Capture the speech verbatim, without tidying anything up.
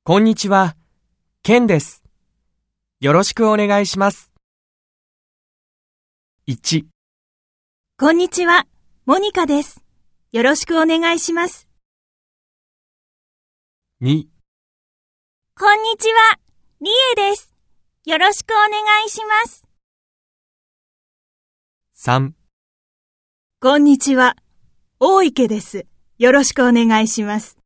こんにちは、ケンです。よろしくお願いします。いち、 こんにちは、モニカです。よろしくお願いします。 に、 こんにちは、リエです。よろしくお願いします。 さん、 こんにちは、大池です。よろしくお願いします。